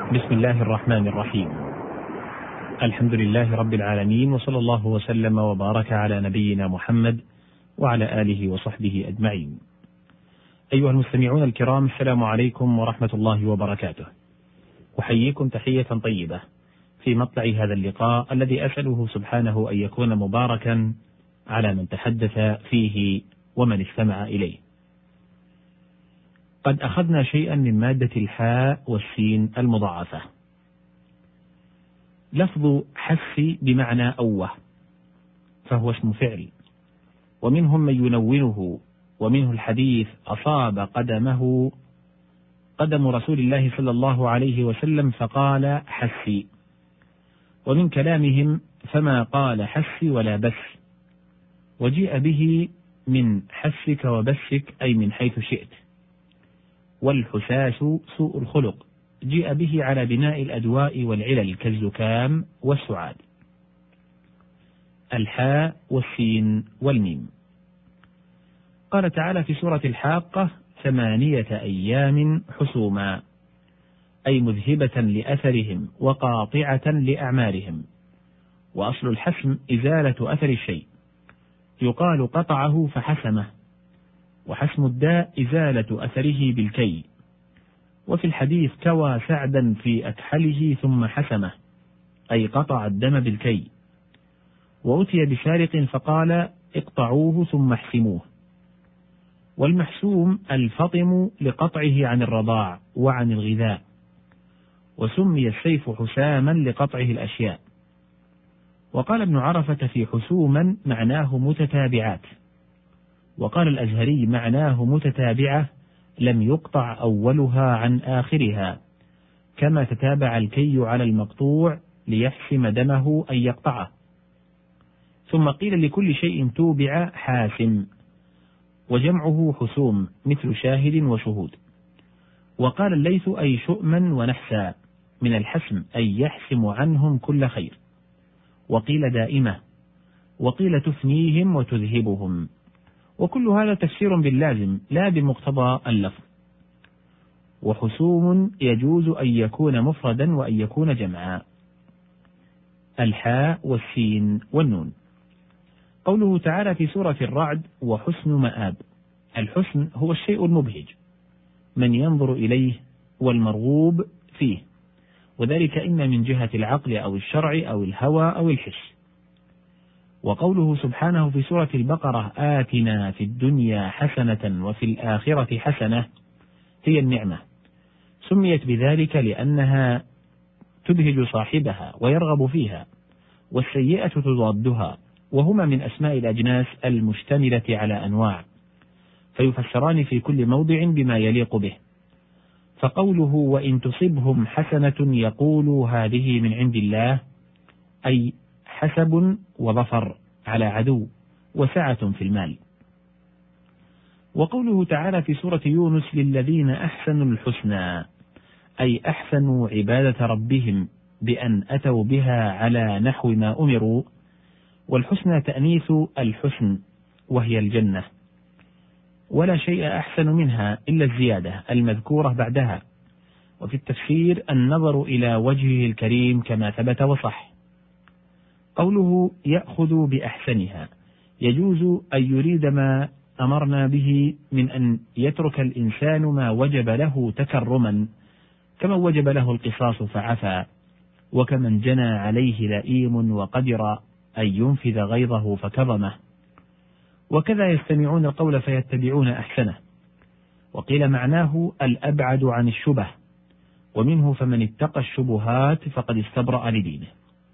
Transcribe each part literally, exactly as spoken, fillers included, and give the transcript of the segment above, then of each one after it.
بسم الله الرحمن الرحيم. الحمد لله رب العالمين، وصلى الله وسلم وبارك على نبينا محمد وعلى آله وصحبه أجمعين. أيها المستمعون الكرام، السلام عليكم ورحمة الله وبركاته. أحييكم تحية طيبة في مطلع هذا اللقاء الذي أسأله سبحانه أن يكون مباركا على من تحدث فيه ومن استمع إليه. قد أخذنا شيئا من مادة الحاء والسين المضاعفة. لفظ حث بمعنى أوه، فهو اسم فعل، ومنهم من ينونه، ومنه الحديث أصاب قدمه قدم رسول الله صلى الله عليه وسلم فقال حثي، ومن كلامهم فما قال حثي ولا بث، وجيء به من حثك وبثك أي من حيث شئت. والحساس سوء الخلق، جيء به على بناء الأدواء والعلل كالزكام والسعال. الحاء والسين والميم. قال تعالى في سورة الحاقة: ثمانية أيام حسوما، أي مذهبة لأثرهم وقاطعة لأعمالهم. وأصل الحسم إزالة أثر الشيء، يقال قطعه فحسمه، وحسم الداء إزالة أثره بالكي. وفي الحديث كوى سعدا في أكحله ثم حسمه، أي قطع الدم بالكي. وأتي بسارق فقال اقطعوه ثم احسموه. والمحسوم الفطم لقطعه عن الرضاع وعن الغذاء، وسمي السيف حساما لقطعه الأشياء. وقال ابن عرفة في حسوما معناه متتابعات، وقال الأزهري معناه متتابعة لم يقطع أولها عن آخرها، كما تتابع الكي على المقطوع ليحسم دمه أن يقطعه. ثم قيل لكل شيء توبع حاسم، وجمعه حسوم مثل شاهد وشهود. وقال الليث أي شؤما ونحسا من الحسم أي يحسم عنهم كل خير. وقيل دائمة، وقيل تفنيهم وتذهبهم. وكل هذا تفسير باللازم لا بمقتضى اللفظ. وحسوم يجوز أن يكون مفردا وأن يكون جمعا. الحاء والسين والنون. قوله تعالى في سورة الرعد: وحسن مآب. الحسن هو الشيء المبهج من ينظر إليه والمرغوب فيه، وذلك إما من جهة العقل أو الشرع أو الهوى أو الحس. وقوله سبحانه في سورة البقرة: آتنا في الدنيا حسنة وفي الآخرة حسنة، هي النعمة، سميت بذلك لأنها تبهج صاحبها ويرغب فيها، والسيئة تضادها، وهما من أسماء الأجناس المشتملة على أنواع، فيفسران في كل موضع بما يليق به. فقوله: وإن تصبهم حسنة يقولوا هذه من عند الله، أي حسب وظفر على عدو وسعة في المال. وقوله تعالى في سورة يونس: للذين أحسنوا الحسنى، أي أحسنوا عبادة ربهم بأن أتوا بها على نحو ما أمروا. والحسنى تأنيث الحسن وهي الجنة، ولا شيء أحسن منها إلا الزيادة المذكورة بعدها. وفي التفسير النظر إلى وجهه الكريم كما ثبت وصح. قوله يأخذ بأحسنها، يجوز أن يريد ما أمرنا به من أن يترك الإنسان ما وجب له تكرما، كما وجب له القصاص فعفى، وكمن جنى عليه لئيم وقدر أن ينفذ غيظه فكظمه. وكذا يستمعون القول فيتبعون أحسنه. وقيل معناه الأبعد عن الشبه، ومنه فمن اتقى الشبهات فقد استبرأ لدينه.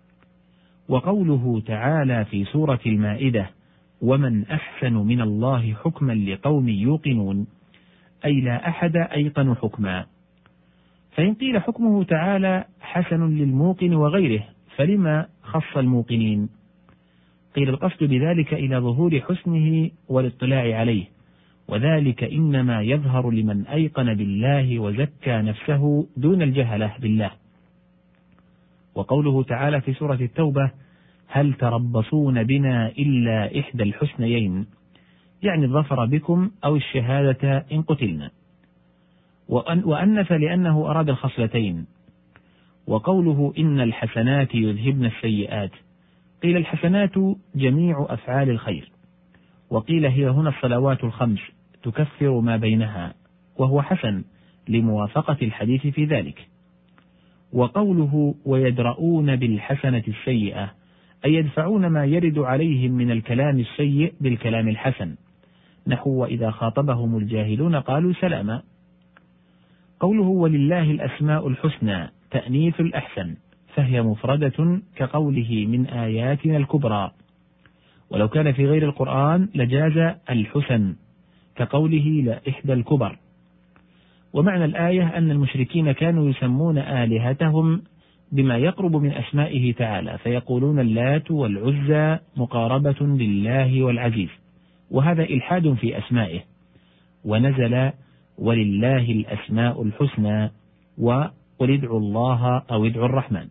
وقوله تعالى في سورة المائدة: ومن أحسن من الله حكما لقوم يوقنون، أي لا أحد أيقن حكما. فإن قيل حكمه تعالى حسن للموقن وغيره، فلما خص الموقنين؟ قيل القصد بذلك إلى ظهور حسنه والاطلاع عليه، وذلك إنما يظهر لمن أيقن بالله وزكى نفسه دون الجهلة بالله. وقوله تعالى في سورة التوبة: هل تربصون بنا إلا إحدى الحسنيين، يعني الظفر بكم أو الشهادة إن قتلنا. وأنف لأنه أراد الخصلتين، وقوله إن الحسنات يذهبن السيئات، قيل الحسنات جميع أفعال الخير، وقيل هي هنا الصلوات الخمس تكفر ما بينها، وهو حسن لموافقة الحديث في ذلك. وقوله ويدرؤون بالحسنة السيئة، أي يدفعون ما يرد عليهم من الكلام السيء بالكلام الحسن، نحو وإذا خاطبهم الجاهلون قالوا سلاما. قوله ولله الأسماء الحسنى تأنيث الأحسن، فهي مفردة كقوله من آياتنا الكبرى، ولو كان في غير القرآن لجاز الحسن كقوله لا إحدى الكبر. ومعنى الآية أن المشركين كانوا يسمون آلهتهم بما يقرب من أسمائه تعالى، فيقولون اللات والعزى مقاربة لله والعزيز، وهذا إلحاد في أسمائه. ونزل ولله الأسماء الحسنى وقل ادعوا الله أو ادعوا الرحمن.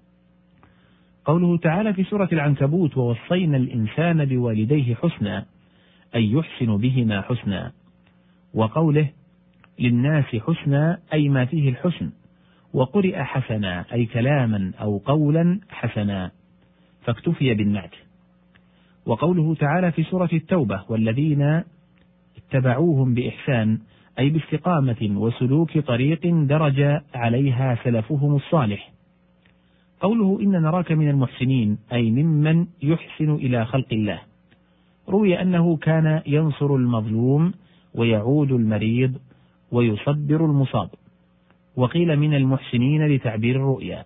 قوله تعالى في سورة العنكبوت ووصينا الإنسان بوالديه حسنا، أي يحسن بهما حسنا. وقوله للناس حسنا أي ما فيه الحسن، وقرئ حسنا أي كلاما أو قولا حسنا، فاكتفي بالنعت. وقوله تعالى في سورة التوبة والذين اتبعوهم بإحسان، أي باستقامة وسلوك طريق درج عليها سلفهم الصالح. قوله إن نراك من المحسنين، أي ممن يحسن إلى خلق الله. روي أنه كان ينصر المظلوم ويعود المريض ويصبر المصاب، وقيل من المحسنين لتعبير الرؤيا.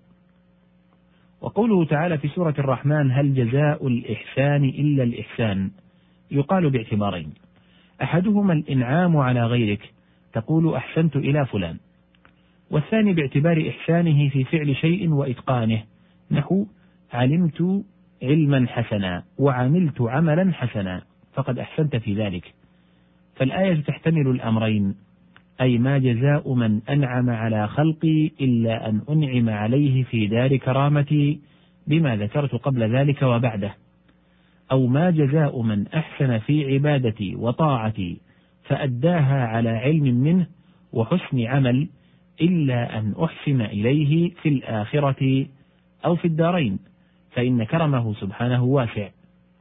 وقوله تعالى في سورة الرحمن هل جزاء الإحسان إلا الإحسان، يقال باعتبارين: أحدهما الإنعام على غيرك، تقول أحسنت إلى فلان، والثاني باعتبار إحسانه في فعل شيء وإتقانه، نحو علمت علما حسنا وعملت عملا حسنا، فقد أحسنت في ذلك. فالآية تحتمل الأمرين، أي ما جزاء من أنعم على خلقي إلا أن أنعم عليه في دار كرامتي بما ذكرت قبل ذلك وبعده، أو ما جزاء من أحسن في عبادتي وطاعتي فأداها على علم منه وحسن عمل إلا أن أحسن إليه في الآخرة أو في الدارين، فإن كرمه سبحانه واسع.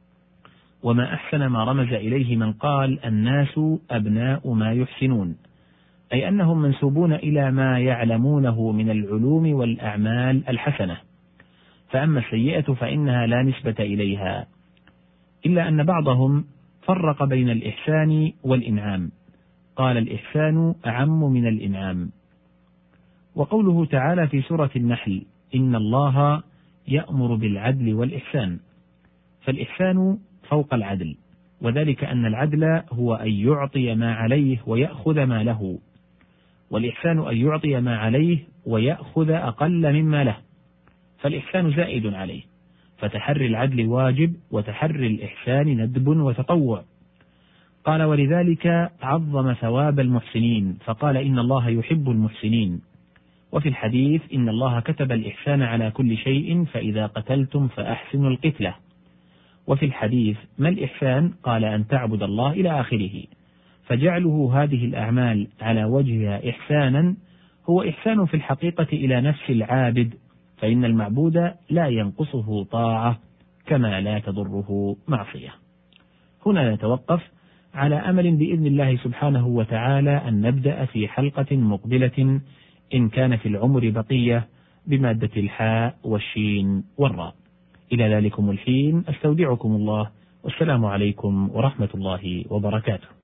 وما أحسن ما رمز إليه من قال الناس أبناء ما يحسنون، أي أنهم منسوبون إلى ما يعلمونه من العلوم والأعمال الحسنة، فأما السيئة فإنها لا نسبة إليها، إلا أن بعضهم فرق بين الإحسان والإنعام، قال الإحسان أعم من الإنعام. وقوله تعالى في سورة النحل إن الله يأمر بالعدل والإحسان، فالإحسان فوق العدل، وذلك أن العدل هو أن يعطي ما عليه ويأخذ ما له، والإحسان أن يعطي ما عليه ويأخذ أقل مما له، فالإحسان زائد عليه، فتحري العدل واجب وتحري الإحسان ندب وتطوع. قال ولذلك عظم ثواب المحسنين فقال إن الله يحب المحسنين. وفي الحديث إن الله كتب الإحسان على كل شيء فإذا قتلتم فأحسنوا القتلة. وفي الحديث ما الإحسان؟ قال أن تعبد الله إلى آخره. فجعله هذه الأعمال على وجهها إحسانا هو إحسان في الحقيقة إلى نفس العابد، فإن المعبود لا ينقصه طاعة كما لا تضره معصية. هنا نتوقف على أمل بإذن الله سبحانه وتعالى أن نبدأ في حلقة مقبلة إن كان في العمر بقية بمادة الحاء والشين والراء. إلى ذلكم الحين أستودعكم الله، والسلام عليكم ورحمة الله وبركاته.